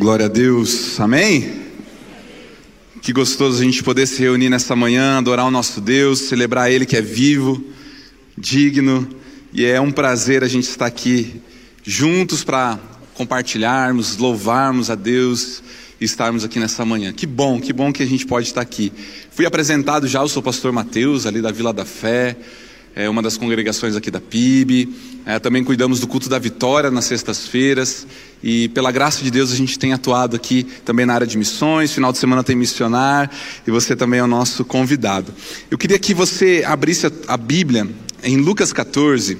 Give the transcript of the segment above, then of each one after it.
Glória a Deus, amém? Que gostoso a gente poder se reunir nessa manhã, adorar o nosso Deus, celebrar Ele que é vivo, digno, e é um prazer a gente estar aqui juntos para compartilharmos, louvarmos a Deus e estarmos aqui nessa manhã. Que bom que a gente pode estar aqui. Fui apresentado já, eu sou o pastor Mateus, ali da Vila da Fé, uma das congregações aqui da PIB. Também cuidamos do culto da Vitória nas sextas-feiras, e pela graça de Deus a gente tem atuado aqui também na área de missões. Final de semana tem missionar, e você também é o nosso convidado. Eu queria que você abrisse a Bíblia em Lucas 14.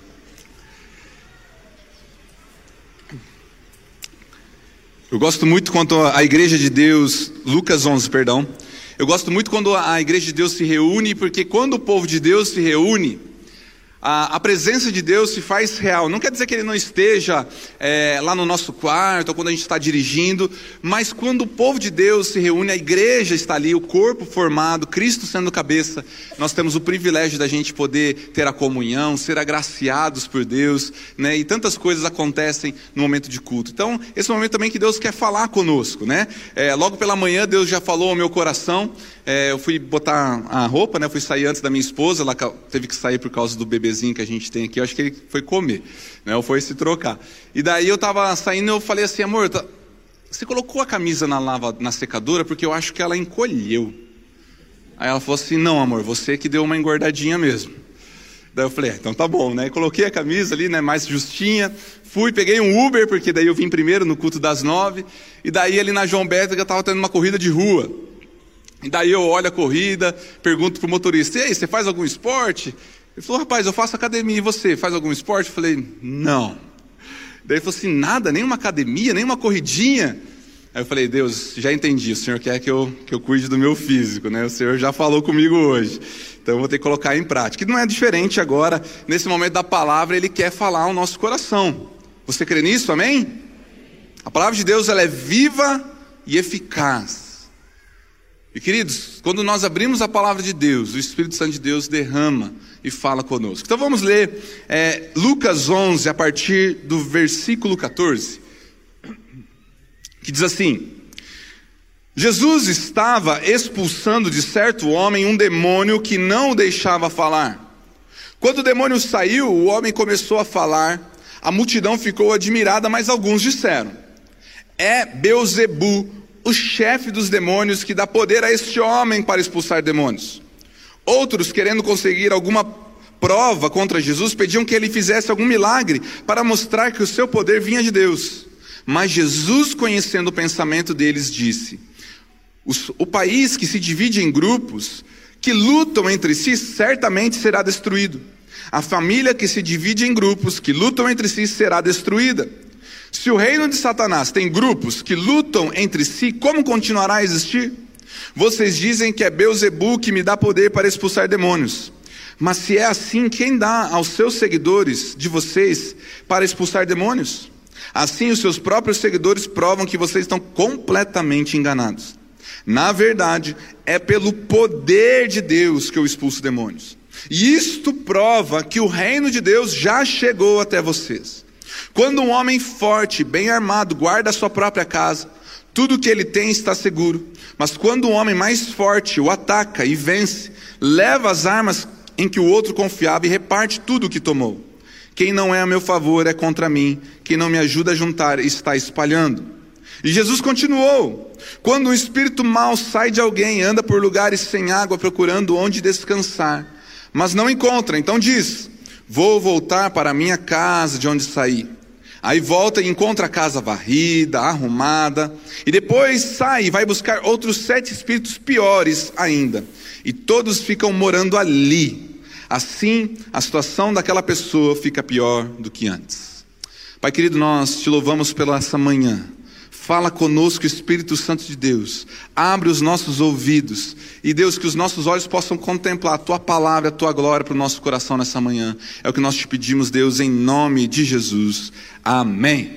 Eu gosto muito quando a igreja de Deus, Lucas 11, perdão. Eu gosto muito quando a igreja de Deus se reúne, porque quando o povo de Deus se reúne, a presença de Deus se faz real. Não quer dizer que Ele não esteja lá no nosso quarto, ou quando a gente está dirigindo, mas quando o povo de Deus se reúne, a igreja está ali, o corpo formado, Cristo sendo cabeça, nós temos o privilégio da gente poder ter a comunhão, ser agraciados por Deus, né? E tantas coisas acontecem no momento de culto. Então, esse momento também que Deus quer falar conosco, né? Logo pela manhã, Deus já falou ao meu coração. Eu fui botar a roupa, né? Fui sair antes da minha esposa, ela teve que sair por causa do bebezinho que a gente tem aqui. Eu acho que ele foi comer, né? Ou foi se trocar. E daí eu tava saindo, eu falei assim: amor, você colocou a camisa na secadora porque eu acho que ela encolheu. Aí ela falou assim: não, amor, você que deu uma engordadinha mesmo. Daí eu falei: então tá bom, né? E coloquei a camisa ali, né? Mais justinha. Fui, peguei um Uber, porque daí eu vim primeiro no culto das 9. E daí ali na João Bétega tava tendo uma corrida de rua. E daí eu olho a corrida, pergunto pro motorista: e aí, você faz algum esporte? Ele falou: rapaz, eu faço academia, e você, faz algum esporte? Eu falei: não. Daí ele falou assim: nada, nem uma academia, nem uma corridinha? Aí eu falei: Deus, já entendi, o Senhor quer que eu cuide do meu físico, né? O Senhor já falou comigo hoje, então eu vou ter que colocar em prática. E não é diferente agora, nesse momento da palavra, Ele quer falar ao nosso coração. Você crê nisso, amém? A palavra de Deus, ela é viva e eficaz. E queridos, quando nós abrimos a palavra de Deus, o Espírito Santo de Deus derrama e fala conosco. Então vamos ler Lucas 11, a partir do versículo 14, que diz assim: Jesus estava expulsando de certo homem um demônio que não o deixava falar. Quando o demônio saiu, o homem começou a falar. A multidão ficou admirada, mas alguns disseram: é Beelzebu, o chefe dos demônios, que dá poder a este homem para expulsar demônios. Outros, querendo conseguir alguma prova contra Jesus, pediam que ele fizesse algum milagre para mostrar que o seu poder vinha de Deus. Mas Jesus, conhecendo o pensamento deles, disse: o país que se divide em grupos, que lutam entre si, certamente será destruído. A família que se divide em grupos, que lutam entre si, será destruída. Se o reino de Satanás tem grupos que lutam entre si, como continuará a existir? Vocês dizem que é Beelzebu que me dá poder para expulsar demônios. Mas se é assim, quem dá aos seus seguidores de vocês para expulsar demônios? Assim, os seus próprios seguidores provam que vocês estão completamente enganados. Na verdade, é pelo poder de Deus que eu expulso demônios. E isto prova que o reino de Deus já chegou até vocês. Quando um homem forte, bem armado, guarda a sua própria casa, tudo o que ele tem está seguro. Mas quando um homem mais forte o ataca e vence, leva as armas em que o outro confiava e reparte tudo o que tomou. Quem não é a meu favor é contra mim, quem não me ajuda a juntar está espalhando. E Jesus continuou: quando um espírito mau sai de alguém, anda por lugares sem água procurando onde descansar, mas não encontra, então diz: vou voltar para a minha casa de onde saí. Aí volta e encontra a casa varrida, arrumada, e depois sai e vai buscar outros 7 espíritos piores ainda, e todos ficam morando ali. Assim, a situação daquela pessoa fica pior do que antes. Pai querido, nós te louvamos pela essa manhã. Fala conosco, Espírito Santo de Deus. Abre os nossos ouvidos. E Deus, que os nossos olhos possam contemplar a Tua palavra, a Tua glória para o nosso coração nessa manhã. É o que nós te pedimos, Deus, em nome de Jesus. Amém.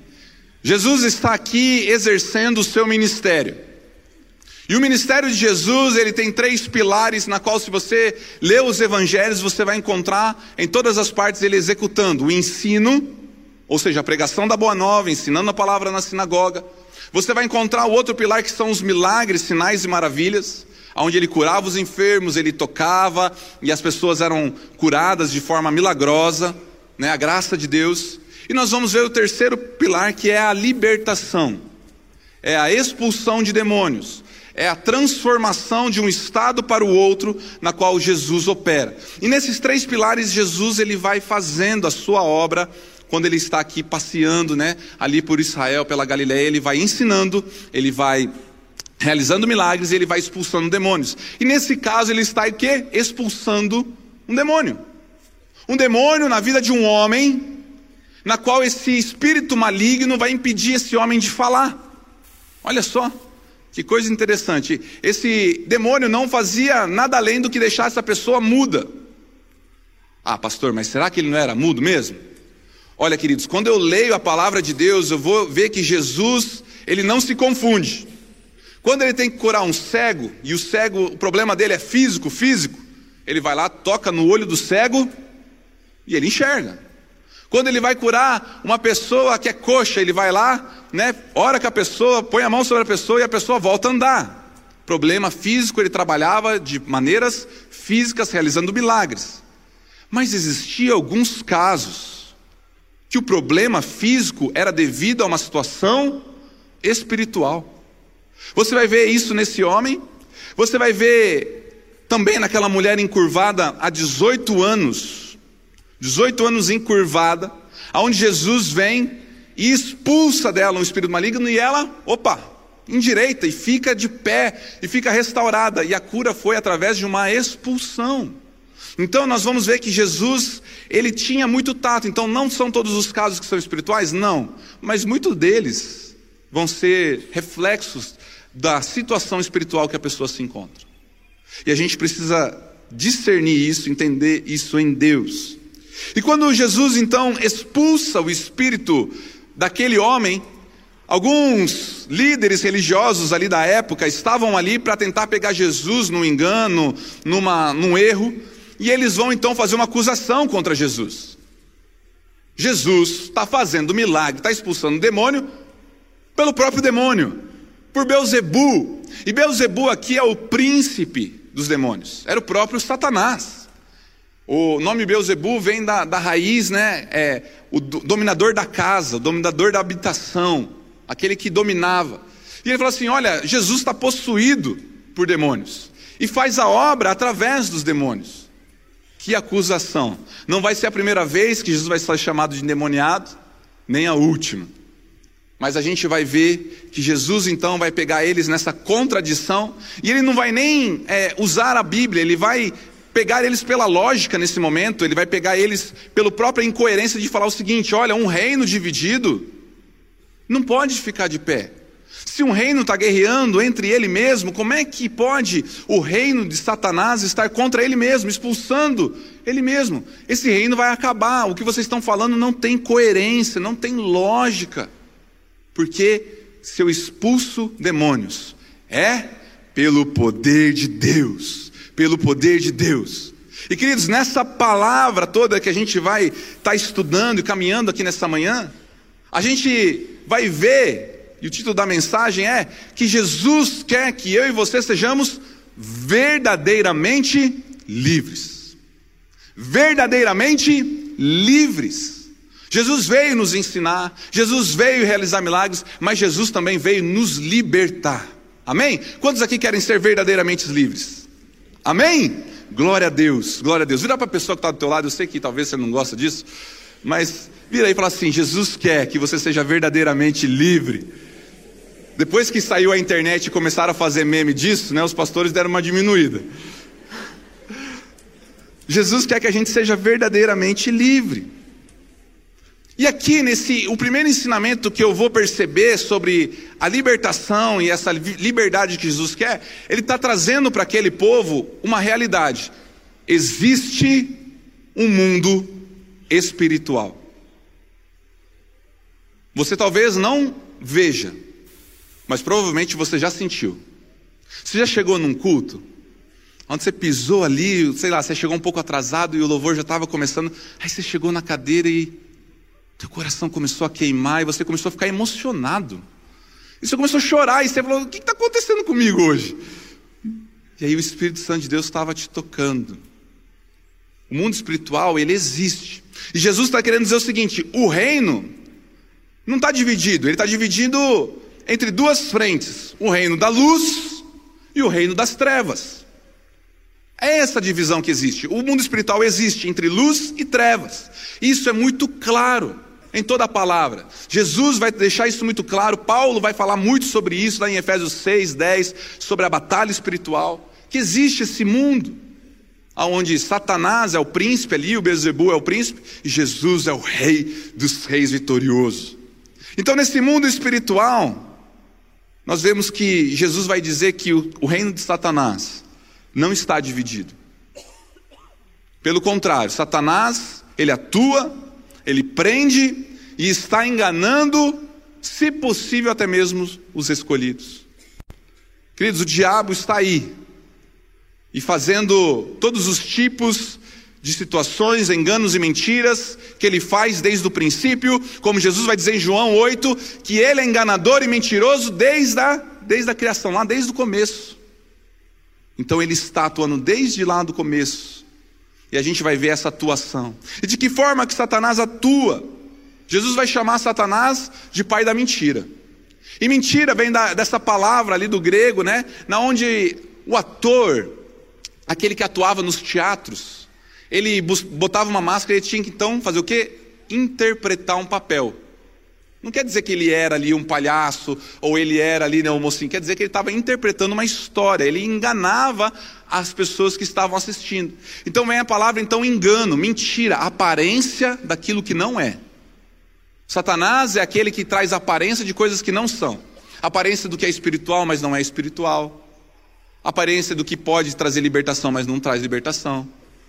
Jesus está aqui exercendo o seu ministério. E o ministério de Jesus, ele tem 3 pilares, na qual, se você ler os evangelhos, você vai encontrar em todas as partes ele executando: o ensino, ou seja, a pregação da boa nova, ensinando a palavra na sinagoga. Você vai encontrar o outro pilar, que são os milagres, sinais e maravilhas, onde ele curava os enfermos, ele tocava, e as pessoas eram curadas de forma milagrosa, né? A graça de Deus. E nós vamos ver o terceiro pilar, que é a libertação, é a expulsão de demônios, é a transformação de um estado para o outro, na qual Jesus opera. E nesses três pilares, Jesus ele vai fazendo a sua obra, quando ele está aqui passeando, né, ali por Israel, pela Galileia, ele vai ensinando, ele vai realizando milagres, e ele vai expulsando demônios. E nesse caso ele está o quê? Expulsando um demônio. Um demônio na vida de um homem, na qual esse espírito maligno vai impedir esse homem de falar. Olha só, que coisa interessante. Esse demônio não fazia nada além do que deixar essa pessoa muda. Ah, pastor, mas será que ele não era mudo mesmo? Olha, queridos, quando eu leio a palavra de Deus, eu vou ver que Jesus, ele não se confunde. Quando ele tem que curar um cego, e o cego, o problema dele é físico, ele vai lá, toca no olho do cego, e ele enxerga. Quando ele vai curar uma pessoa que é coxa, ele vai lá, né, ora com a pessoa, põe a mão sobre a pessoa e a pessoa volta a andar. Problema físico, ele trabalhava de maneiras físicas, realizando milagres. Mas existiam alguns casos que o problema físico era devido a uma situação espiritual. Você vai ver isso nesse homem, você vai ver também naquela mulher encurvada há 18 anos encurvada, aonde Jesus vem e expulsa dela um espírito maligno, e ela, endireita e fica de pé, e fica restaurada, e a cura foi através de uma expulsão. Então nós vamos ver que Jesus, ele tinha muito tato. Então não são todos os casos que são espirituais, não, mas muitos deles vão ser reflexos da situação espiritual que a pessoa se encontra. E a gente precisa discernir isso, entender isso em Deus. E quando Jesus então expulsa o espírito daquele homem, alguns líderes religiosos ali da época estavam ali para tentar pegar Jesus num engano, num erro, e eles vão então fazer uma acusação contra Jesus. Jesus está fazendo milagre, está expulsando o demônio pelo próprio demônio, por Beelzebu. E Beelzebu aqui é o príncipe dos demônios, era o próprio Satanás. O nome Beelzebu vem da raiz, né? É o dominador da casa, o dominador da habitação, aquele que dominava. E ele fala assim: olha, Jesus está possuído por demônios e faz a obra através dos demônios. Que acusação! Não vai ser a primeira vez que Jesus vai ser chamado de endemoniado, nem a última. Mas a gente vai ver que Jesus então vai pegar eles nessa contradição, e ele não vai nem usar a Bíblia, ele vai pegar eles pela lógica nesse momento, ele vai pegar eles pela própria incoerência de falar o seguinte: olha, um reino dividido não pode ficar de pé. Se um reino está guerreando entre ele mesmo, como é que pode o reino de Satanás estar contra ele mesmo, expulsando ele mesmo? Esse reino vai acabar. O que vocês estão falando não tem coerência, não tem lógica. Porque se eu expulso demônios, é pelo poder de Deus, pelo poder de Deus. E queridos, nessa palavra toda que a gente vai estar estudando e caminhando aqui nessa manhã, a gente vai ver, e o título da mensagem é que Jesus quer que eu e você sejamos verdadeiramente livres. Verdadeiramente livres. Jesus veio nos ensinar, Jesus veio realizar milagres, mas Jesus também veio nos libertar. Amém? Quantos aqui querem ser verdadeiramente livres? Amém? Glória a Deus, glória a Deus. Vira para a pessoa que está do teu lado, eu sei que talvez você não gosta disso, mas vira aí e fala assim: Jesus quer que você seja verdadeiramente livre. Depois que saiu a internet e começaram a fazer meme disso, né, os pastores deram uma diminuída. Jesus quer que a gente seja verdadeiramente livre. E aqui o primeiro ensinamento que eu vou perceber sobre a libertação e essa liberdade que Jesus quer, ele está trazendo para aquele povo uma realidade. Existe um mundo espiritual. Você talvez não veja, mas provavelmente você já sentiu. Você já chegou num culto, onde você pisou ali, sei lá, você chegou um pouco atrasado e o louvor já estava começando, aí você chegou na cadeira e teu coração começou a queimar e você começou a ficar emocionado. E você começou a chorar e você falou: o que está acontecendo comigo hoje? E aí o Espírito Santo de Deus estava te tocando. O mundo espiritual, ele existe. E Jesus está querendo dizer o seguinte: o reino não está dividido, ele está dividido entre duas frentes. O reino da luz e o reino das trevas. É essa divisão que existe. O mundo espiritual existe entre luz e trevas. Isso é muito claro em toda a palavra. Jesus vai deixar isso muito claro. Paulo vai falar muito sobre isso lá em Efésios 6, 10, sobre a batalha espiritual. Que existe esse mundo onde Satanás é o príncipe ali, o Beelzebul é o príncipe, e Jesus é o rei dos reis vitorioso. Então nesse mundo espiritual, nós vemos que Jesus vai dizer que o reino de Satanás não está dividido. Pelo contrário, Satanás, ele atua, ele prende e está enganando, se possível até mesmo os escolhidos. Queridos, o diabo está aí, e fazendo todos os tipos de situações, enganos e mentiras que ele faz desde o princípio, como Jesus vai dizer em João 8, que ele é enganador e mentiroso desde a criação, lá desde o começo. Então ele está atuando desde lá do começo, e a gente vai ver essa atuação. E de que forma que Satanás atua? Jesus vai chamar Satanás de pai da mentira. E mentira vem dessa palavra ali do grego, né? Na onde o ator, aquele que atuava nos teatros, ele botava uma máscara e ele tinha que então fazer o quê? Interpretar um papel. Não quer dizer que ele era ali um palhaço, ou ele era ali, né, um mocinho. Quer dizer que ele estava interpretando uma história. Ele enganava as pessoas que estavam assistindo. Então vem a palavra, então, engano, mentira, aparência daquilo que não é. Satanás é aquele que traz aparência de coisas que não são. Aparência do que é espiritual, mas não é espiritual. Aparência do que pode trazer libertação, mas não traz libertação.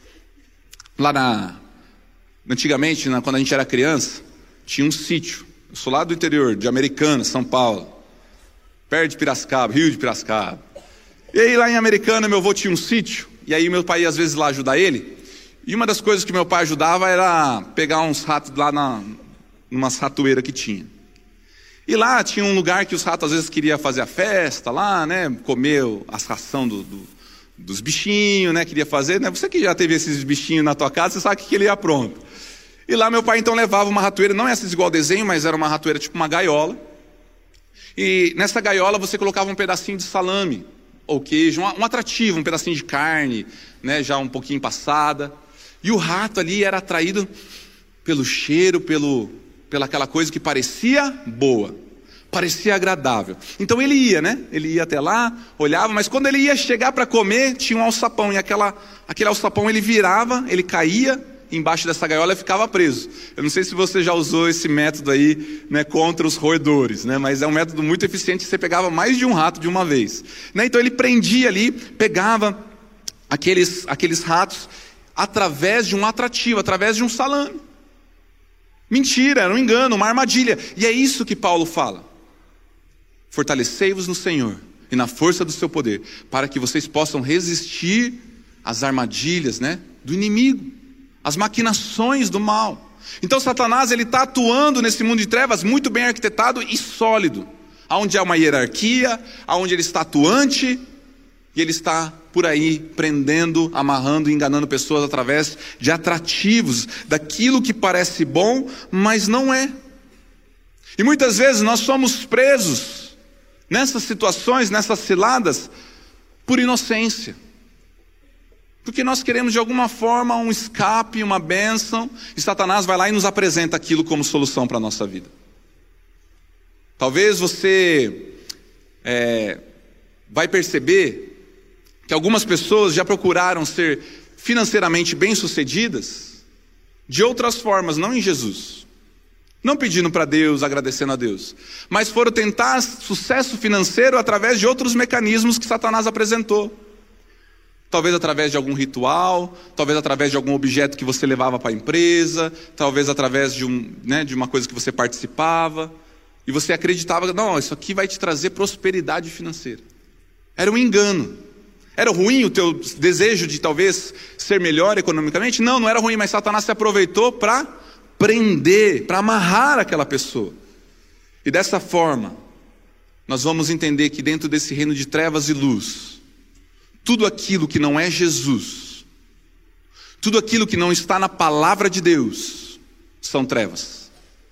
Lá antigamente, quando a gente era criança, tinha um sítio. Eu sou lá do interior, de Americana, São Paulo, perto de Piracicaba, Rio de Piracicaba. E aí lá em Americana, meu avô tinha um sítio, e aí meu pai ia às vezes lá ajudar ele. E uma das coisas que meu pai ajudava era pegar uns ratos lá numa ratoeira que tinha. E lá tinha um lugar que os ratos às vezes queriam fazer a festa lá, né? Comer as ração dos bichinhos, né? Queria fazer, né? Você que já teve esses bichinhos na tua casa, você sabe que ele ia pronto. E lá meu pai então levava uma ratoeira, não essas igual ao desenho, mas era uma ratoeira tipo uma gaiola. E nessa gaiola você colocava um pedacinho de salame, ou queijo, um atrativo, um pedacinho de carne, né? Já um pouquinho passada. E o rato ali era atraído pelo cheiro, pela aquela coisa que parecia boa, parecia agradável. Então ele ia, né? Ele ia até lá, olhava, mas quando ele ia chegar para comer, tinha um alçapão, e aquele alçapão ele virava, ele caía embaixo dessa gaiola e ficava preso. Eu não sei se você já usou esse método aí, né, contra os roedores, né? Mas é um método muito eficiente, você pegava mais de um rato de uma vez, né? Então ele prendia ali, pegava aqueles ratos através de um atrativo, através de um salame. Mentira, era um engano, uma armadilha. E é isso que Paulo fala: fortalecei-vos no Senhor e na força do seu poder, para que vocês possam resistir às armadilhas, né, do inimigo, às maquinações do mal. Então Satanás, ele está atuando nesse mundo de trevas muito bem arquitetado e sólido, onde há uma hierarquia, onde ele está atuante, e ele está por aí prendendo, amarrando e enganando pessoas através de atrativos, daquilo que parece bom, mas não é. E muitas vezes nós somos presos nessas situações, nessas ciladas, por inocência. Porque nós queremos de alguma forma um escape, uma bênção, e Satanás vai lá e nos apresenta aquilo como solução para a nossa vida. Talvez você vai perceber que algumas pessoas já procuraram ser financeiramente bem-sucedidas de outras formas, não em Jesus. Não pedindo para Deus, agradecendo a Deus, mas foram tentar sucesso financeiro através de outros mecanismos que Satanás apresentou. Talvez através de algum ritual, talvez através de algum objeto que você levava para a empresa, talvez através de uma coisa que você participava, e você acreditava, não, isso aqui vai te trazer prosperidade financeira. Era um engano. Era ruim o teu desejo de talvez ser melhor economicamente? Não, não era ruim, mas Satanás se aproveitou para prender, para amarrar aquela pessoa. E dessa forma, nós vamos entender que dentro desse reino de trevas e luz, tudo aquilo que não é Jesus, tudo aquilo que não está na palavra de Deus, são trevas.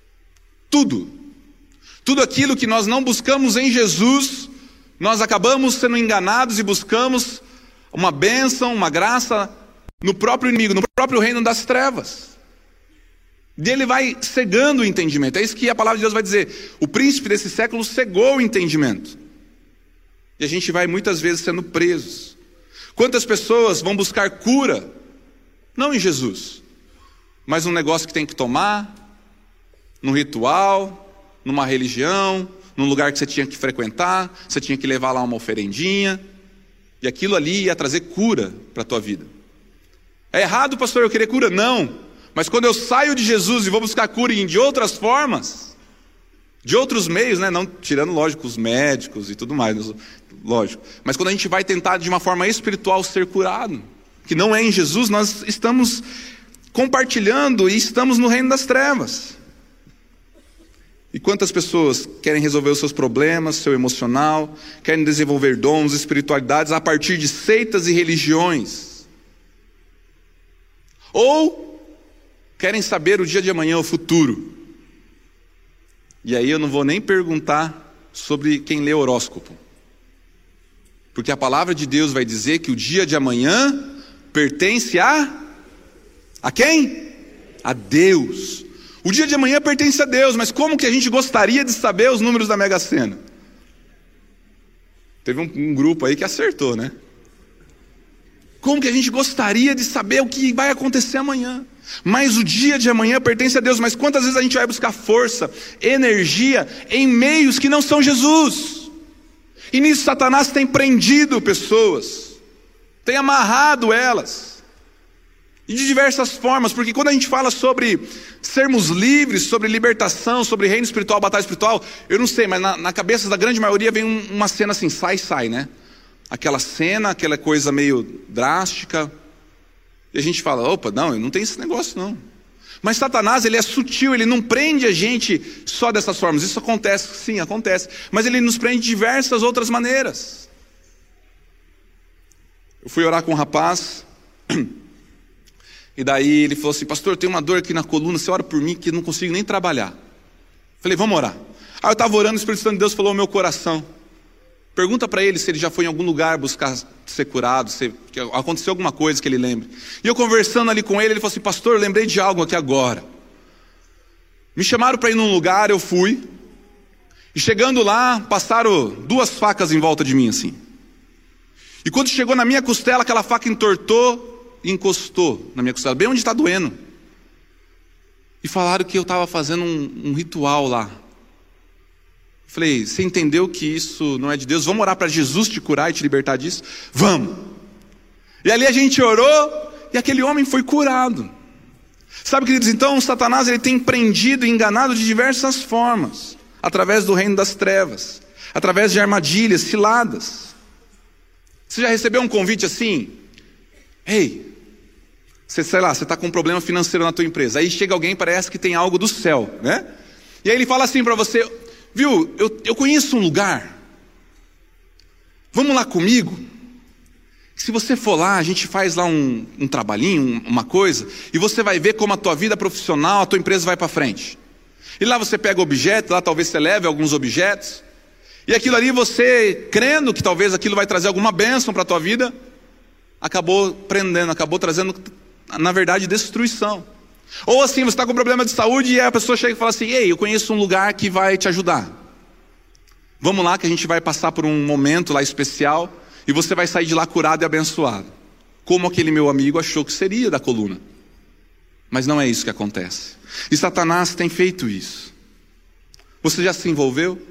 Tudo aquilo que nós não buscamos em Jesus, nós acabamos sendo enganados e buscamos uma bênção, uma graça no próprio inimigo, no próprio reino das trevas. E ele vai cegando o entendimento. É isso que a palavra de Deus vai dizer. O príncipe desse século cegou o entendimento. E a gente vai muitas vezes sendo presos. Quantas pessoas vão buscar cura, não em Jesus, mas num negócio que tem que tomar, num ritual, numa religião, num lugar que você tinha que frequentar, você tinha que levar lá uma oferendinha, e aquilo ali ia trazer cura para a tua vida. É errado, pastor, eu querer cura? Não. Mas quando eu saio de Jesus e vou buscar cura de outras formas, de outros meios, né? Não tirando, lógico, os médicos e tudo mais, lógico. Mas quando a gente vai tentar de uma forma espiritual ser curado, que não é em Jesus, nós estamos compartilhando e estamos no reino das trevas. E quantas pessoas querem resolver os seus problemas, seu emocional, querem desenvolver dons, espiritualidades a partir de seitas e religiões? Ou querem saber o dia de amanhã, o futuro. E aí eu não vou nem perguntar sobre quem lê horóscopo. Porque a palavra de Deus vai dizer que o dia de amanhã pertence a quem? A Deus. O dia de amanhã pertence a Deus, mas como que a gente gostaria de saber os números da Mega Sena? Teve um grupo aí que acertou, né? Como que a gente gostaria de saber o que vai acontecer amanhã? Mas o dia de amanhã pertence a Deus. Mas quantas vezes a gente vai buscar força, energia em meios que não são Jesus? E nisso Satanás tem prendido pessoas, tem amarrado elas, e de diversas formas. Porque quando a gente fala sobre sermos livres, sobre libertação, sobre reino espiritual, batalha espiritual, eu não sei, mas na cabeça da grande maioria vem uma cena assim, sai, né? Aquela cena, aquela coisa meio drástica. E a gente fala, opa, não tem esse negócio não. Mas Satanás, ele é sutil, ele não prende a gente só dessas formas. Isso acontece, sim, acontece. Mas ele nos prende de diversas outras maneiras. Eu fui orar com um rapaz, e daí ele falou assim, pastor, eu tenho uma dor aqui na coluna, você ora por mim que eu não consigo nem trabalhar. Falei, vamos orar. Aí eu estava orando, o Espírito Santo de Deus falou ao meu coração, pergunta para ele se ele já foi em algum lugar buscar ser curado, se aconteceu alguma coisa que ele lembre. E eu conversando ali com ele, ele falou assim, pastor, eu lembrei de algo aqui agora. Me chamaram para ir num lugar, eu fui. E chegando lá, passaram 2 facas em volta de mim assim. E quando chegou na minha costela, aquela faca entortou e encostou na minha costela, bem onde está doendo. E falaram que eu estava fazendo um ritual lá. Falei, você entendeu que isso não é de Deus? Vamos orar para Jesus te curar e te libertar disso? Vamos! E ali a gente orou e aquele homem foi curado. Sabe, queridos, então Satanás ele tem prendido e enganado de diversas formas, através do reino das trevas, através de armadilhas, ciladas. Você já recebeu um convite assim? Ei, você está com um problema financeiro na tua empresa. Aí chega alguém, parece que tem algo do céu, né? E aí ele fala assim para você, viu, eu conheço um lugar, vamos lá comigo? Se você for lá, a gente faz lá um trabalhinho, uma coisa, e você vai ver como a tua vida profissional, a tua empresa vai para frente. E lá você pega objetos, lá talvez você leve alguns objetos, e aquilo ali você, crendo que talvez aquilo vai trazer alguma bênção para a tua vida, acabou prendendo, acabou trazendo, na verdade, destruição. Ou assim, você está com um problema de saúde e a pessoa chega e fala assim, ei, eu conheço um lugar que vai te ajudar. Vamos lá que a gente vai passar por um momento lá especial e você vai sair de lá curado e abençoado. Como aquele meu amigo achou que seria da coluna. Mas não é isso que acontece. E Satanás tem feito isso. Você já se envolveu?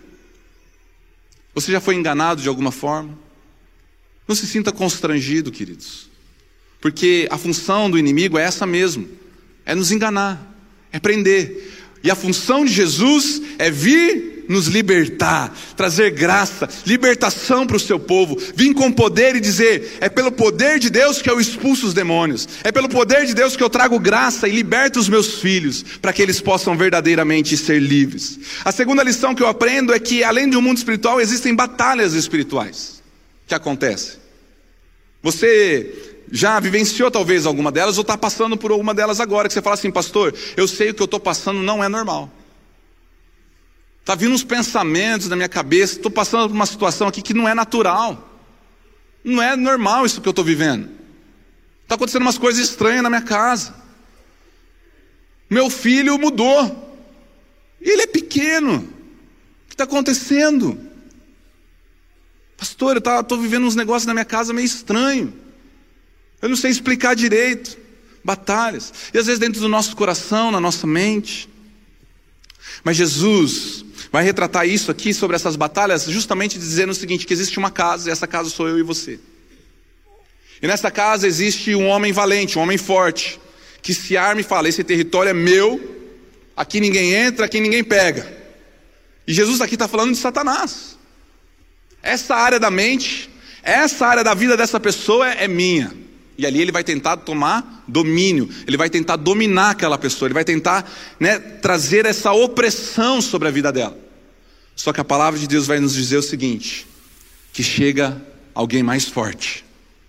Você já foi enganado de alguma forma? Não se sinta constrangido, queridos. Porque a função do inimigo é essa mesmo. É nos enganar, é prender. E a função de Jesus é vir nos libertar, trazer graça, libertação para o seu povo, vir com poder e dizer: é pelo poder de Deus que eu expulso os demônios, é pelo poder de Deus que eu trago graça e liberto os meus filhos, para que eles possam verdadeiramente ser livres. A segunda lição que eu aprendo é que, além de um mundo espiritual, existem batalhas espirituais que acontecem. Você já vivenciou talvez alguma delas, ou está passando por alguma delas agora, que você fala assim: pastor, eu sei o que eu estou passando não é normal. Está vindo uns pensamentos na minha cabeça, estou passando por uma situação aqui que não é natural. Não é normal isso que eu estou vivendo. Está acontecendo umas coisas estranhas na minha casa. Meu filho mudou. E ele é pequeno. O que está acontecendo? Pastor, eu estou vivendo uns negócios na minha casa meio estranho. Eu não sei explicar direito. Batalhas. E às vezes dentro do nosso coração, na nossa mente. Mas Jesus vai retratar isso aqui, sobre essas batalhas, justamente dizendo o seguinte: que existe uma casa, e essa casa sou eu e você. E nessa casa existe um homem valente, um homem forte, que se arma e fala: esse território é meu, aqui ninguém entra, aqui ninguém pega. E Jesus aqui está falando de Satanás. Essa área da mente, essa área da vida dessa pessoa é minha. E ali ele vai tentar tomar domínio, ele vai tentar dominar aquela pessoa, ele vai tentar, trazer essa opressão sobre a vida dela. Só que a palavra de Deus vai nos dizer o seguinte: que chega alguém mais forte.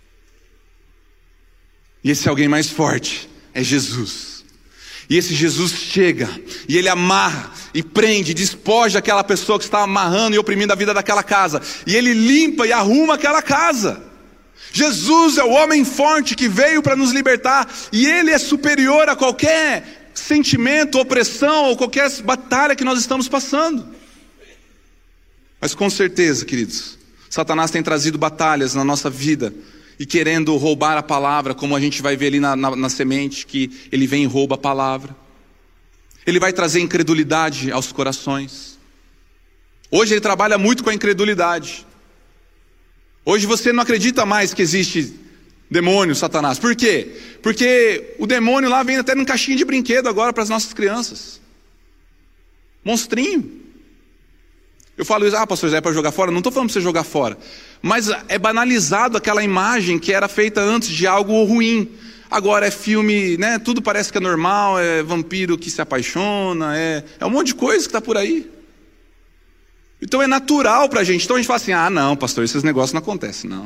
E esse alguém mais forte é Jesus. E esse Jesus chega, e ele amarra, e prende, despoja aquela pessoa que está amarrando e oprimindo a vida daquela casa. E ele limpa e arruma aquela casa. Jesus é o homem forte que veio para nos libertar, e ele é superior a qualquer sentimento, opressão ou qualquer batalha que nós estamos passando. Mas com certeza, queridos, Satanás tem trazido batalhas na nossa vida, e querendo roubar a palavra, como a gente vai ver ali na semente, que ele vem e rouba a palavra. Ele vai trazer incredulidade aos corações. Hoje ele trabalha muito com a incredulidade. Hoje você não acredita mais que existe demônio, Satanás. Por quê? Porque o demônio lá vem até num caixinho de brinquedo agora para as nossas crianças. Monstrinho. Eu falo isso: pastor José, é para jogar fora? Não estou falando para você jogar fora. Mas é banalizado aquela imagem que era feita antes de algo ruim. Agora é filme, tudo parece que é normal, é vampiro que se apaixona, é um monte de coisa que está por aí. Então é natural para a gente. Então a gente fala assim: não, pastor, esses negócios não acontecem, não.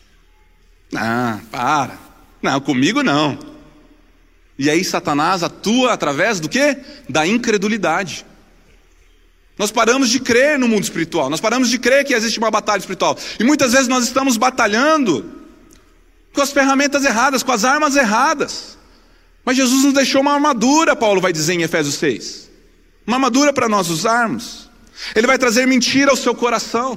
Para. Não, comigo não. E aí Satanás atua através do quê? Da incredulidade. Nós paramos de crer no mundo espiritual. Nós paramos de crer que existe uma batalha espiritual. E muitas vezes nós estamos batalhando com as ferramentas erradas, com as armas erradas. Mas Jesus nos deixou uma armadura, Paulo vai dizer em Efésios 6. Uma armadura para nós usarmos. Ele vai trazer mentira ao seu coração.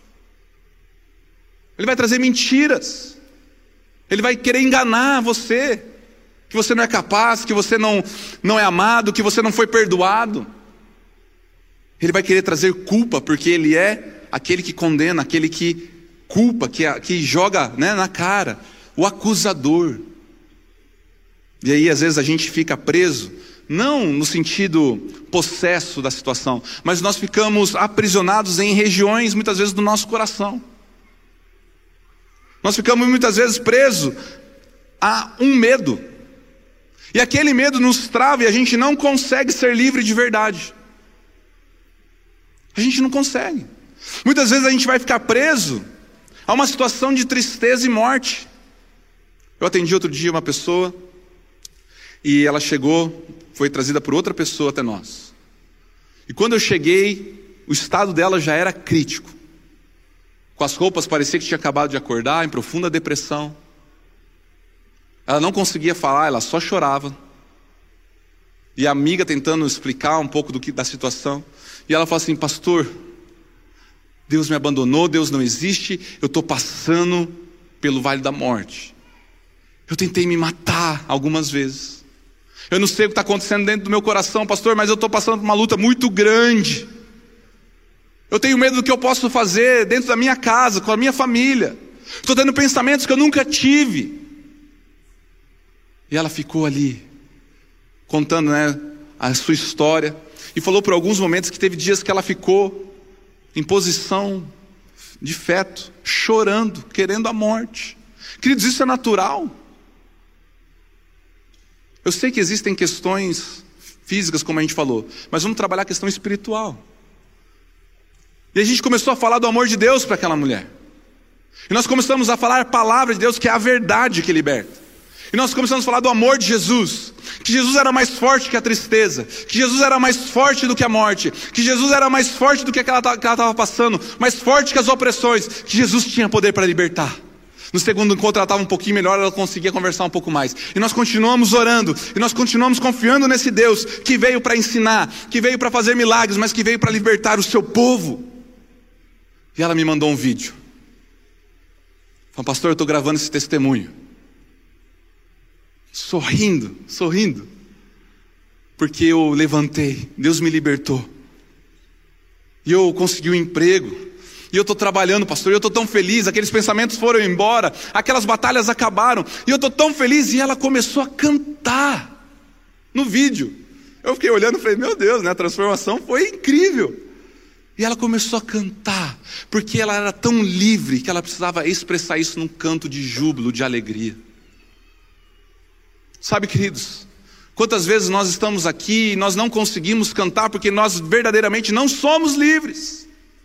Ele vai trazer mentiras. Ele vai querer enganar você. Que você não é capaz, que você não é amado, que você não foi perdoado. Ele vai querer trazer culpa, porque ele é aquele que condena, aquele que culpa, que joga na cara. O acusador. E aí às vezes a gente fica preso, não no sentido possesso da situação, mas nós ficamos aprisionados em regiões muitas vezes do nosso coração. Nós ficamos muitas vezes presos a um medo. E aquele medo nos trava e a gente não consegue ser livre de verdade. A gente não consegue. Muitas vezes a gente vai ficar preso a uma situação de tristeza e morte. Eu atendi outro dia uma pessoa, e ela chegou, foi trazida por outra pessoa até nós. E quando eu cheguei, o estado dela já era crítico. Com as roupas parecia que tinha acabado de acordar, em profunda depressão. Ela não conseguia falar, ela só chorava. E a amiga tentando explicar um pouco da situação. E ela falou assim: pastor, Deus me abandonou, Deus não existe, eu estou passando pelo vale da morte. Eu tentei me matar algumas vezes. Eu não sei o que está acontecendo dentro do meu coração, pastor, mas eu estou passando por uma luta muito grande. Eu tenho medo do que eu posso fazer dentro da minha casa, com a minha família. Estou tendo pensamentos que eu nunca tive. E ela ficou ali, contando a sua história. e falou por alguns momentos que teve dias que ela ficou em posição de feto, chorando, querendo a morte. Queridos, isso é natural. Eu sei que existem questões físicas, como a gente falou, mas vamos trabalhar a questão espiritual. E a gente começou a falar do amor de Deus para aquela mulher. E nós começamos a falar a palavra de Deus, que é a verdade que liberta. E nós começamos a falar do amor de Jesus, que Jesus era mais forte que a tristeza, que Jesus era mais forte do que a morte, que Jesus era mais forte do que ela estava passando, mais forte que as opressões, que Jesus tinha poder para libertar. No segundo encontro ela estava um pouquinho melhor, ela conseguia conversar um pouco mais. E nós continuamos orando, e nós continuamos confiando nesse Deus que veio para ensinar, que veio para fazer milagres, mas que veio para libertar o seu povo. E ela me mandou um vídeo. Falou: pastor, eu estou gravando esse testemunho. Sorrindo, porque eu levantei, Deus me libertou, e eu consegui um emprego, e eu estou trabalhando, pastor, e eu estou tão feliz, aqueles pensamentos foram embora, aquelas batalhas acabaram, e eu estou tão feliz. E ela começou a cantar no vídeo. Eu fiquei olhando e falei: meu Deus, né? A transformação foi incrível. E ela começou a cantar, porque ela era tão livre, que ela precisava expressar isso num canto de júbilo, de alegria. Sabe, queridos, quantas vezes nós estamos aqui e nós não conseguimos cantar porque nós verdadeiramente não somos livres.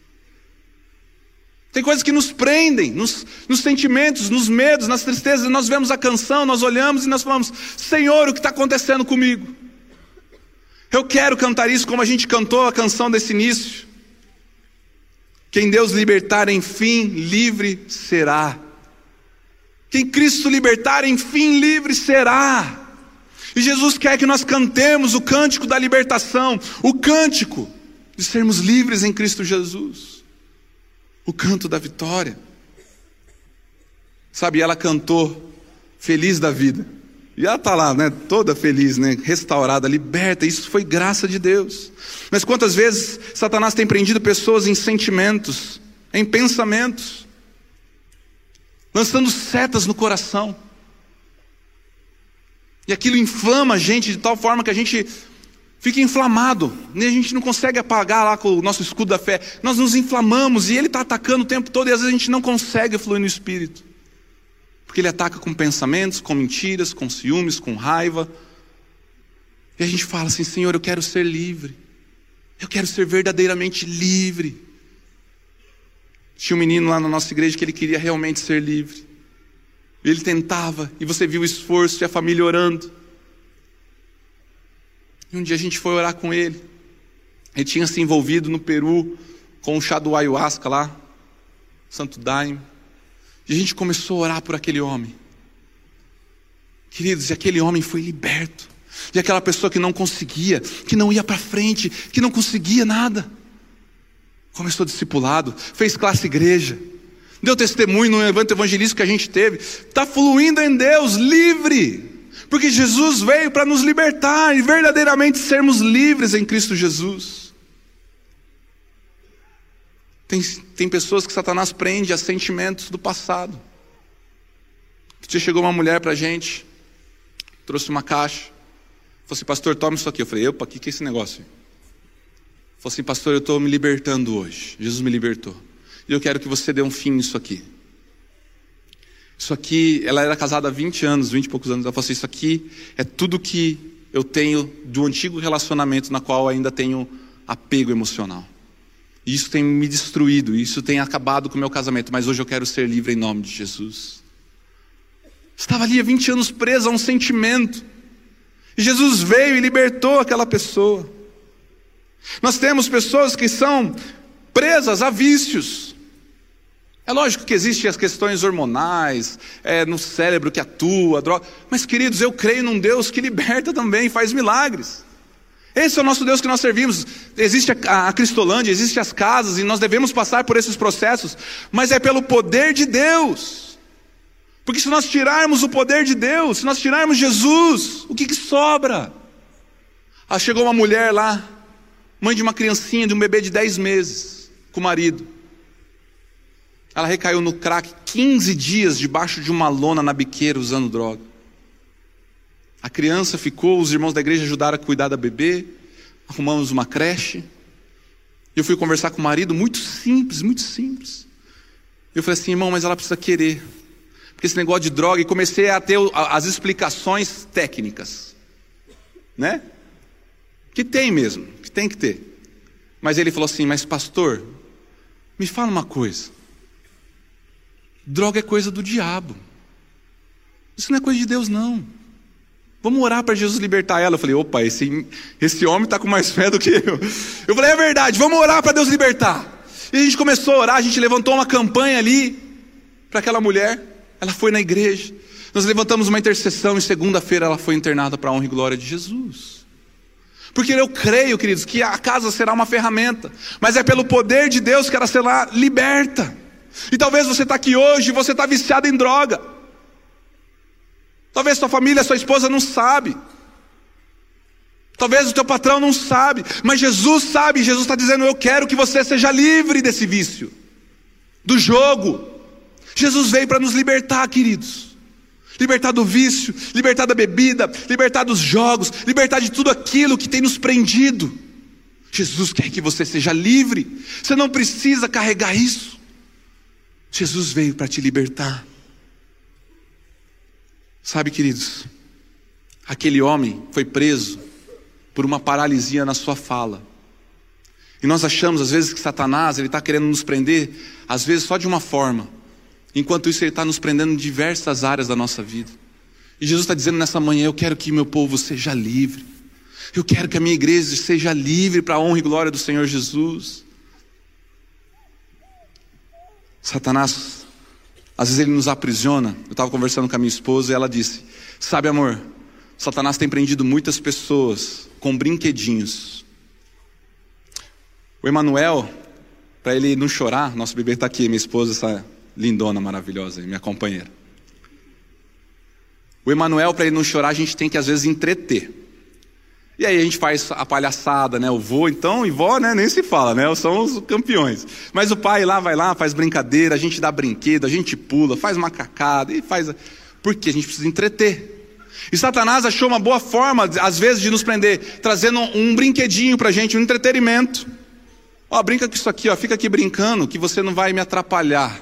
Tem coisas que nos prendem, nos sentimentos, nos medos, nas tristezas. Nós vemos a canção, nós olhamos e nós falamos: Senhor, o que está acontecendo comigo? Eu quero cantar isso como a gente cantou a canção desse início. Quem Deus libertar, enfim, livre será. Quem Cristo libertar, enfim, livre será. E Jesus quer que nós cantemos o cântico da libertação, o cântico de sermos livres em Cristo Jesus, o canto da vitória. Sabe, ela cantou feliz da vida, e ela está lá, né, toda feliz, né, restaurada, liberta. Isso foi graça de Deus. Mas quantas vezes Satanás tem prendido pessoas em sentimentos, em pensamentos, lançando setas no coração, e aquilo inflama a gente de tal forma que a gente fica inflamado, e a gente não consegue apagar lá com o nosso escudo da fé. Nós nos inflamamos, e ele está atacando o tempo todo, e às vezes a gente não consegue fluir no Espírito, porque ele ataca com pensamentos, com mentiras, com ciúmes, com raiva. E a gente fala assim: Senhor, eu quero ser livre, eu quero ser verdadeiramente livre. Tinha um menino lá na nossa igreja que ele queria realmente ser livre. Ele tentava, e você viu o esforço e a família orando. E um dia a gente foi orar com ele. Ele tinha se envolvido no Peru com o chá do ayahuasca lá, Santo Daime. E a gente começou a orar por aquele homem. Queridos, e aquele homem foi liberto. E aquela pessoa que não conseguia, que não ia para frente, que não conseguia nada, começou discipulado, fez classe igreja, deu testemunho no evento evangelístico que a gente teve. Está fluindo em Deus, livre, porque Jesus veio para nos libertar e verdadeiramente sermos livres em Cristo Jesus. Tem pessoas que Satanás prende a sentimentos do passado. Um dia chegou uma mulher para a gente, trouxe uma caixa, falou assim: pastor, toma isso aqui. Eu falei: opa, o que é esse negócio? Falou assim: pastor, eu estou me libertando hoje, Jesus me libertou, e eu quero que você dê um fim nisso aqui. Isso aqui, ela era casada há 20 anos, 20 e poucos anos. Ela falou assim: isso aqui é tudo que eu tenho do antigo relacionamento, na qual ainda tenho apego emocional, e isso tem me destruído, isso tem acabado com o meu casamento, mas hoje eu quero ser livre em nome de Jesus. Estava ali há 20 anos presa a um sentimento, e Jesus veio e libertou aquela pessoa. Nós temos pessoas que são presas a vícios. É lógico que existem as questões hormonais, no cérebro que atua, droga. Mas, queridos, eu creio num Deus que liberta também, faz milagres. Esse é o nosso Deus que nós servimos. Existe a Cristolândia, existem as casas, e nós devemos passar por esses processos, mas é pelo poder de Deus. Porque se nós tirarmos o poder de Deus, se nós tirarmos Jesus, o que sobra? Chegou uma mulher lá, mãe de uma criancinha, de um bebê de 10 meses, com o marido. Ela recaiu no crack, 15 dias debaixo de uma lona na biqueira, usando droga. A criança ficou, os irmãos da igreja ajudaram a cuidar da bebê, arrumamos uma creche. E eu fui conversar com o marido, muito simples, muito simples. Eu falei assim, irmão, mas ela precisa querer. Porque esse negócio de droga, e comecei a ter as explicações técnicas, né? Que tem mesmo, que tem que ter. Mas ele falou assim, mas pastor, me fala uma coisa. Droga é coisa do diabo. Isso não é coisa de Deus, não. Vamos orar para Jesus libertar ela. Eu falei, opa, esse homem está com mais fé do que eu. Eu falei, é verdade, vamos orar para Deus libertar. E a gente começou a orar, a gente levantou uma campanha ali para aquela mulher. Ela foi na igreja. Nós levantamos uma intercessão e segunda-feira ela foi internada para a honra e glória de Jesus. Porque eu creio, queridos, que a casa será uma ferramenta, mas é pelo poder de Deus que ela será liberta. E talvez você está aqui hoje e você está viciado em droga. Talvez sua família, sua esposa não sabe. Talvez o teu patrão não sabe. Mas Jesus sabe. Jesus está dizendo, eu quero que você seja livre desse vício. Do jogo. Jesus veio para nos libertar, queridos. Libertar do vício, libertar da bebida, libertar dos jogos, libertar de tudo aquilo que tem nos prendido. Jesus quer que você seja livre. Você não precisa carregar isso. Jesus veio para te libertar. Sabe, queridos, aquele homem foi preso por uma paralisia na sua fala. E nós achamos às vezes que Satanás, ele está querendo nos prender, às vezes só de uma forma. Enquanto isso ele está nos prendendo em diversas áreas da nossa vida. E Jesus está dizendo nessa manhã, eu quero que meu povo seja livre. Eu quero que a minha igreja seja livre para a honra e glória do Senhor Jesus. Satanás, às vezes ele nos aprisiona. Eu estava conversando com a minha esposa e ela disse, sabe, amor, Satanás tem prendido muitas pessoas com brinquedinhos. O Emanuel, para ele não chorar, nosso bebê está aqui, minha esposa, essa lindona maravilhosa, minha companheira. O Emanuel, para ele não chorar, a gente tem que às vezes entreter. E aí a gente faz a palhaçada, né? O vô então, e vó, né? Nem se fala, né? São os campeões. Mas o pai lá, vai lá, faz brincadeira, a gente dá brinquedo, a gente pula, faz macacada e faz... Porque a gente precisa entreter. E Satanás achou uma boa forma, às vezes, de nos prender, trazendo um brinquedinho pra gente, um entretenimento. Ó, brinca com isso aqui, ó, fica aqui brincando, que você não vai me atrapalhar.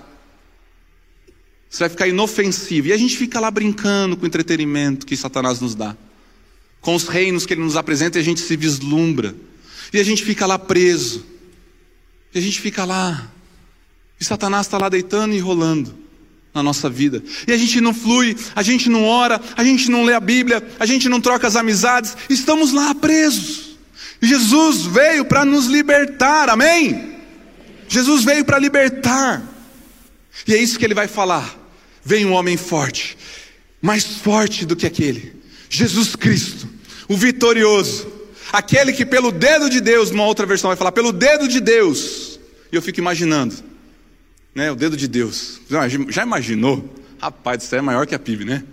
Você vai ficar inofensivo. E a gente fica lá brincando com o entretenimento que Satanás nos dá. Com os reinos que ele nos apresenta, e a gente se vislumbra. E a gente fica lá preso. E a gente fica lá. E Satanás está lá deitando e rolando na nossa vida. E a gente não flui, a gente não ora, a gente não lê a Bíblia, a gente não troca as amizades. Estamos lá presos. E Jesus veio para nos libertar, amém? Jesus veio para libertar. E é isso que ele vai falar. Vem um homem forte, mais forte do que aquele. Jesus Cristo, o vitorioso, aquele que pelo dedo de Deus, numa outra versão vai falar, pelo dedo de Deus. E eu fico imaginando, né, o dedo de Deus. Já imaginou? Rapaz, isso aí é maior que a PIB, né?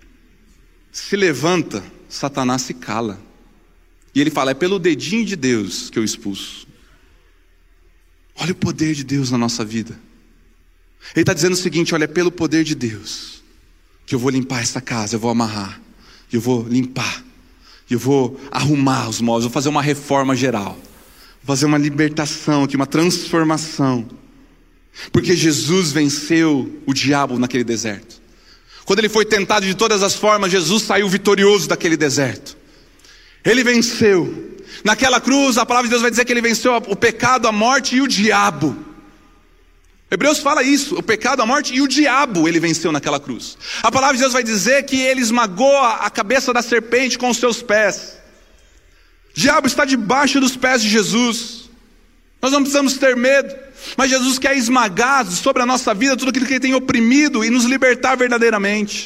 Se levanta, Satanás se cala. E ele fala, é pelo dedinho de Deus que eu expulso. Olha o poder de Deus na nossa vida. Ele está dizendo o seguinte, olha, é pelo poder de Deus que eu vou limpar essa casa, eu vou amarrar. Eu vou limpar, eu vou arrumar os móveis, vou fazer uma reforma geral, vou fazer uma libertação aqui, uma transformação. Porque Jesus venceu o diabo naquele deserto. Quando ele foi tentado de todas as formas, Jesus saiu vitorioso daquele deserto. Ele venceu. Naquela cruz, a palavra de Deus vai dizer que ele venceu o pecado, a morte e o diabo. Hebreus fala isso, o pecado, a morte e o diabo ele venceu naquela cruz. A palavra de Deus vai dizer que ele esmagou a cabeça da serpente com os seus pés. O diabo está debaixo dos pés de Jesus. Nós não precisamos ter medo, mas Jesus quer esmagar sobre a nossa vida tudo aquilo que ele tem oprimido e nos libertar verdadeiramente.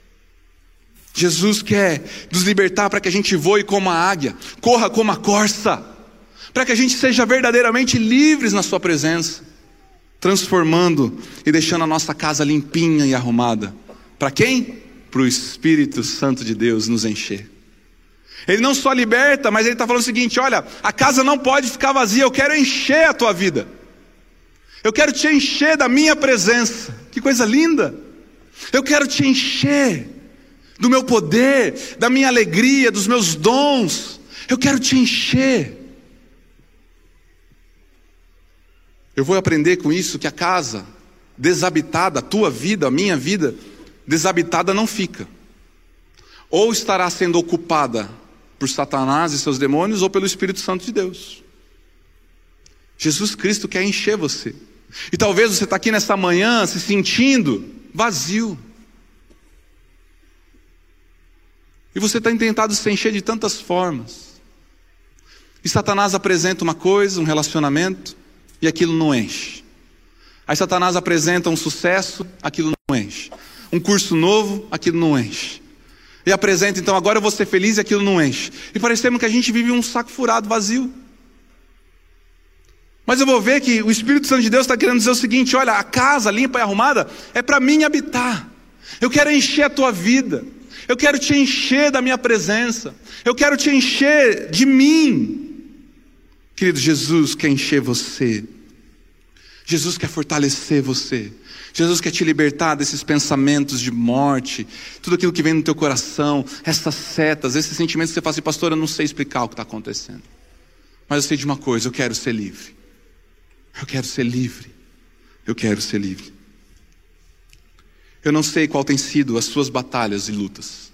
Jesus quer nos libertar para que a gente voe como a águia, corra como a corça, para que a gente seja verdadeiramente livres na sua presença. Transformando e deixando a nossa casa limpinha e arrumada. Para quem? Para o Espírito Santo de Deus nos encher. Ele não só liberta, mas ele está falando o seguinte, olha, a casa não pode ficar vazia, eu quero encher a tua vida. Eu quero te encher da minha presença. Que coisa linda. Eu quero te encher do meu poder, da minha alegria, dos meus dons. Eu quero te encher. Eu vou aprender com isso que a casa desabitada, a tua vida, a minha vida, desabitada não fica. Ou estará sendo ocupada por Satanás e seus demônios, ou pelo Espírito Santo de Deus. Jesus Cristo quer encher você. E talvez você está aqui nessa manhã se sentindo vazio. E você tem tentado se encher de tantas formas. E Satanás apresenta uma coisa, um relacionamento, e aquilo não enche. Aí Satanás apresenta um sucesso, aquilo não enche. Um curso novo, aquilo não enche. E apresenta, então, agora eu vou ser feliz, e aquilo não enche. E parecemos que a gente vive um saco furado, vazio. Mas eu vou ver que o Espírito Santo de Deus está querendo dizer o seguinte: olha, a casa limpa e arrumada é para mim habitar. Eu quero encher a tua vida. Eu quero te encher da minha presença. Eu quero te encher de mim. Querido, Jesus quer encher você. Jesus quer fortalecer você. Jesus quer te libertar desses pensamentos de morte, tudo aquilo que vem no teu coração, essas setas, esses sentimentos que você fala assim: pastor, eu não sei explicar o que está acontecendo, mas eu sei de uma coisa: eu quero ser livre. Eu quero ser livre. Eu quero ser livre. Eu não sei qual tem sido as suas batalhas e lutas,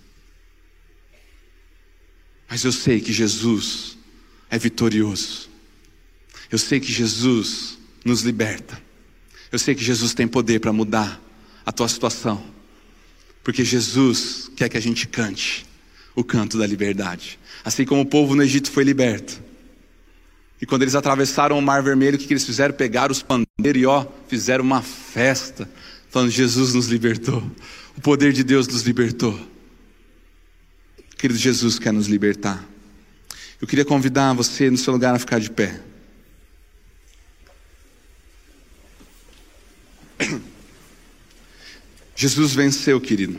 mas eu sei que Jesus é vitorioso. Eu sei que Jesus nos liberta. Eu sei que Jesus tem poder para mudar a tua situação, porque Jesus quer que a gente cante o canto da liberdade. Assim como o povo no Egito foi liberto, e quando eles atravessaram o Mar Vermelho, o que eles fizeram? Pegaram os pandeiros e fizeram uma festa, falando: Jesus nos libertou, o poder de Deus nos libertou. Querido, Jesus quer nos libertar. Eu queria convidar você no seu lugar a ficar de pé. Jesus venceu, querido.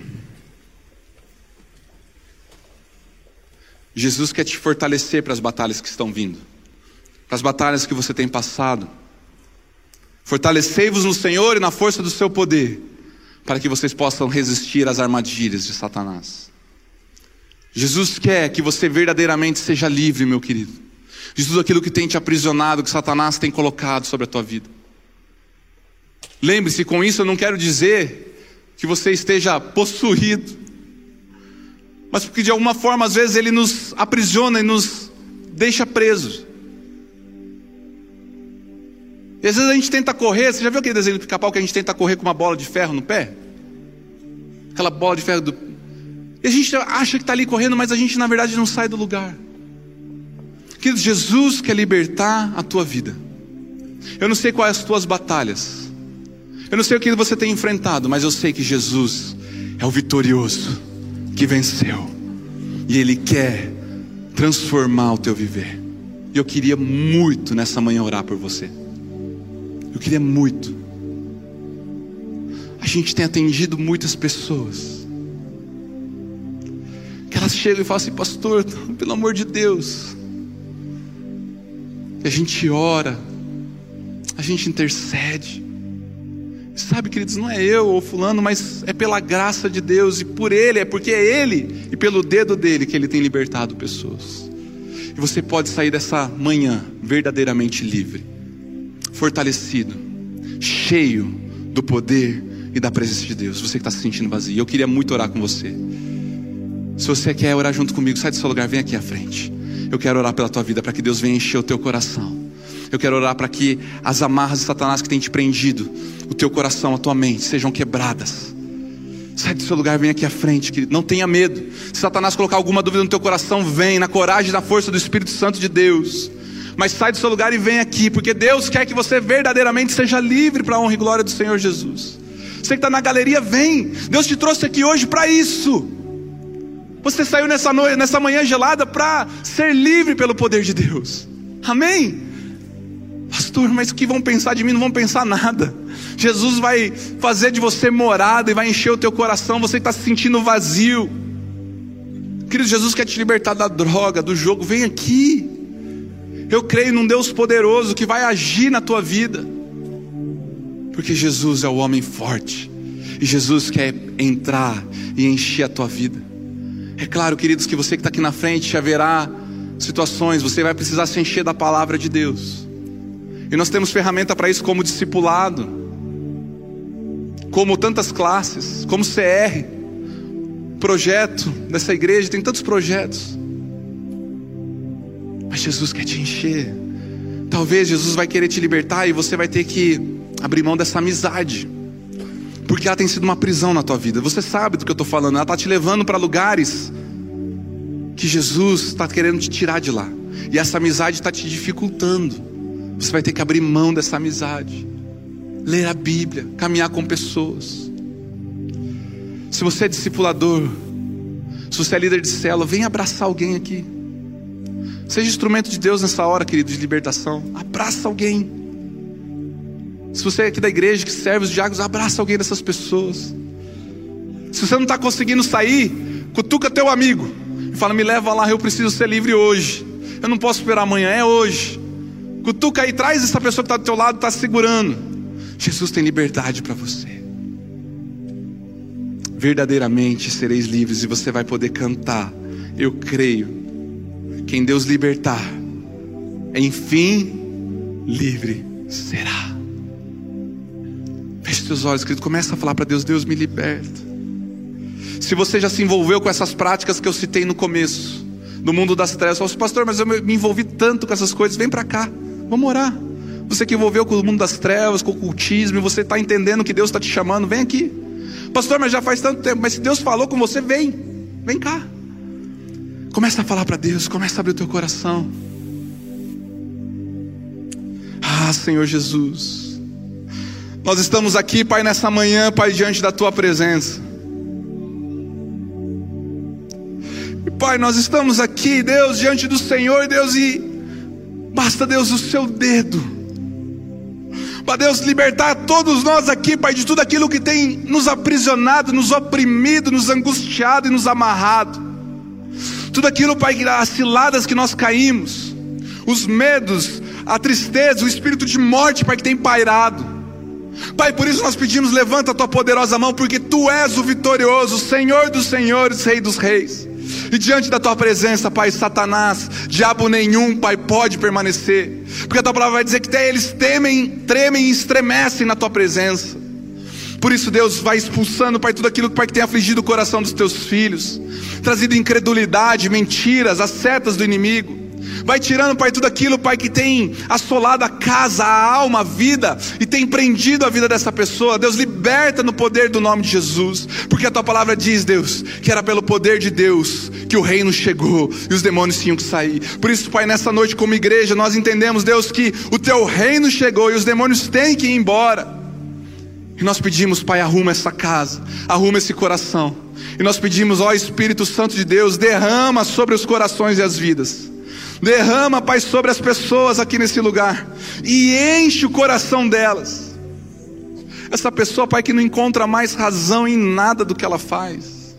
Jesus quer te fortalecer para as batalhas que estão vindo, para as batalhas que você tem passado. Fortalecei-vos no Senhor e na força do seu poder, para que vocês possam resistir às armadilhas de Satanás. Jesus quer que você verdadeiramente seja livre, meu querido, de tudo aquilo que tem te aprisionado, que Satanás tem colocado sobre a tua vida. Lembre-se, com isso eu não quero dizer que você esteja possuído, mas porque de alguma forma às vezes ele nos aprisiona e nos deixa presos. E às vezes a gente tenta correr. Você já viu aquele desenho do Pica-Pau que a gente tenta correr com uma bola de ferro no pé? Aquela bola de ferro E a gente acha que está ali correndo, mas a gente na verdade não sai do lugar. Querido, Jesus quer libertar a tua vida. Eu não sei quais as tuas batalhas, eu não sei o que você tem enfrentado, mas eu sei que Jesus é o vitorioso, que venceu, e Ele quer transformar o teu viver. E eu queria muito nessa manhã orar por você. Eu queria muito. A gente tem atendido muitas pessoas que elas chegam e falam assim: pastor, pelo amor de Deus. E a gente ora, a gente intercede. Sabe, queridos, não é eu ou fulano, mas é pela graça de Deus, e por Ele, é porque é Ele e pelo dedo dEle que Ele tem libertado pessoas. E você pode sair dessa manhã verdadeiramente livre, fortalecido, cheio do poder e da presença de Deus. Você que está se sentindo vazio, eu queria muito orar com você. Se você quer orar junto comigo, sai do seu lugar, vem aqui à frente. Eu quero orar pela tua vida, para que Deus venha encher o teu coração. Eu quero orar para que as amarras de Satanás que tem te prendido, o teu coração, a tua mente, sejam quebradas. Sai do seu lugar, vem aqui à frente, querido. Não tenha medo. Se Satanás colocar alguma dúvida no teu coração, vem na coragem e na força do Espírito Santo de Deus. Mas sai do seu lugar e vem aqui, porque Deus quer que você verdadeiramente seja livre para a honra e glória do Senhor Jesus. Você que está na galeria, vem. Deus te trouxe aqui hoje para isso. Você saiu nessa manhã gelada para ser livre pelo poder de Deus. Amém? Pastor, mas o que vão pensar de mim? Não vão pensar nada. Jesus vai fazer de você morada e vai encher o teu coração. Você que está se sentindo vazio, querido, Jesus quer te libertar da droga, do jogo. Vem aqui. Eu creio num Deus poderoso que vai agir na tua vida, porque Jesus é o homem forte, e Jesus quer entrar e encher a tua vida. É claro, queridos, que você que está aqui na frente haverá situações, você vai precisar se encher da palavra de Deus. E nós temos ferramenta para isso, como discipulado, como tantas classes, como CR, projeto dessa igreja, tem tantos projetos. Mas Jesus quer te encher. Talvez Jesus vai querer te libertar e você vai ter que abrir mão dessa amizade, porque ela tem sido uma prisão na tua vida. Você sabe do que eu estou falando. Ela está te levando para lugares que Jesus está querendo te tirar de lá, e essa amizade está te dificultando. Você vai ter que abrir mão dessa amizade, ler a Bíblia, caminhar com pessoas. Se você é discipulador, se você é líder de célula, vem abraçar alguém aqui. Seja instrumento de Deus nessa hora, querido, de libertação. Abraça alguém. Se você é aqui da igreja que serve os diáconos, abraça alguém dessas pessoas. Se você não está conseguindo sair, cutuca teu amigo e fala: me leva lá, eu preciso ser livre hoje. Eu não posso esperar amanhã, é hoje. Cutuca aí, traz essa pessoa que está do teu lado, está segurando. Jesus tem liberdade para você. Verdadeiramente sereis livres, e você vai poder cantar: eu creio, quem Deus libertar, enfim, livre será. Feche seus olhos, querido, começa a falar para Deus: Deus, me liberta. Se você já se envolveu com essas práticas que eu citei no começo, do mundo das trevas, você fala: pastor, mas eu me envolvi tanto com essas coisas. Vem para cá, vamos orar. Você que envolveu com o mundo das trevas, com o ocultismo, e você está entendendo que Deus está te chamando, vem aqui. Pastor, mas já faz tanto tempo. Mas se Deus falou com você, vem cá. Começa a falar para Deus, começa a abrir o teu coração. Ah, Senhor Jesus, nós estamos aqui, Pai, nessa manhã, Pai, diante da tua presença. E Pai, nós estamos aqui, Deus, diante do Senhor, Deus, e basta, Deus, o seu dedo para, Deus, libertar todos nós aqui, Pai, de tudo aquilo que tem nos aprisionado, nos oprimido, nos angustiado e nos amarrado. Tudo aquilo, Pai, as ciladas que nós caímos, os medos, a tristeza, o espírito de morte, Pai, que tem pairado. Pai, por isso nós pedimos: levanta a tua poderosa mão, porque tu és o vitorioso, Senhor dos senhores, Rei dos reis. E diante da tua presença, Pai, Satanás, diabo nenhum, Pai, pode permanecer, porque a tua palavra vai dizer que até eles tremem e estremecem na tua presença. Por isso, Deus, vai expulsando, Pai, tudo aquilo, Pai, que tem afligido o coração dos teus filhos, trazido incredulidade, mentiras, as setas do inimigo. Vai tirando, Pai, tudo aquilo, Pai, que tem assolado a casa, a alma, a vida, e tem prendido a vida dessa pessoa. Deus, liberta no poder do nome de Jesus, porque a tua palavra diz, Deus, que era pelo poder de Deus que o reino chegou e os demônios tinham que sair. Por isso, Pai, nessa noite como igreja, nós entendemos, Deus, que o teu reino chegou e os demônios têm que ir embora. E nós pedimos, Pai, arruma essa casa, arruma esse coração. E nós pedimos, ó Espírito Santo de Deus, derrama sobre os corações e as vidas. Derrama, Pai, sobre as pessoas aqui nesse lugar, e enche o coração delas. Essa pessoa, Pai, que não encontra mais razão em nada do que ela faz.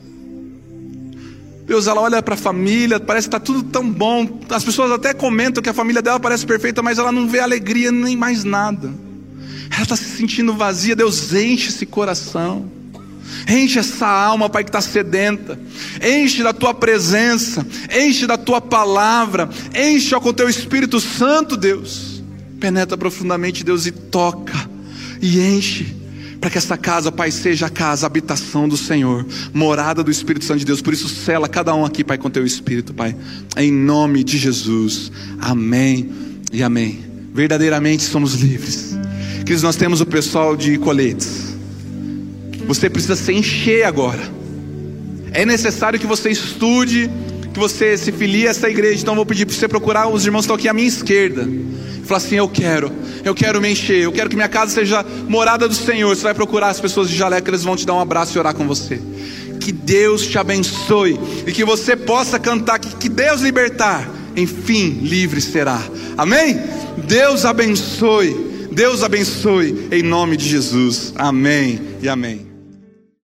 Deus, ela olha para a família, parece que está tudo tão bom. As pessoas até comentam que a família dela parece perfeita, mas ela não vê alegria nem mais nada. Ela está se sentindo vazia. Deus, enche esse coração. Enche essa alma, Pai, que está sedenta. Enche da tua presença, enche da tua palavra, enche com o teu Espírito Santo, Deus. Penetra profundamente, Deus, e toca, e enche, para que essa casa, Pai, seja a casa, a habitação do Senhor, morada do Espírito Santo de Deus. Por isso, sela cada um aqui, Pai, com teu Espírito, Pai, em nome de Jesus, amém e amém. Verdadeiramente somos livres. Queridos, nós temos o pessoal de coletes. Você precisa se encher agora. É necessário que você estude, que você se filie a essa igreja. Então eu vou pedir para você procurar os irmãos que estão aqui à minha esquerda e falar assim: eu quero me encher, eu quero que minha casa seja morada do Senhor. Você vai procurar as pessoas de jaleco, eles vão te dar um abraço e orar com você. Que Deus te abençoe, e que você possa cantar que Deus libertar, enfim, livre será. Amém? Deus abençoe, em nome de Jesus. Amém e amém.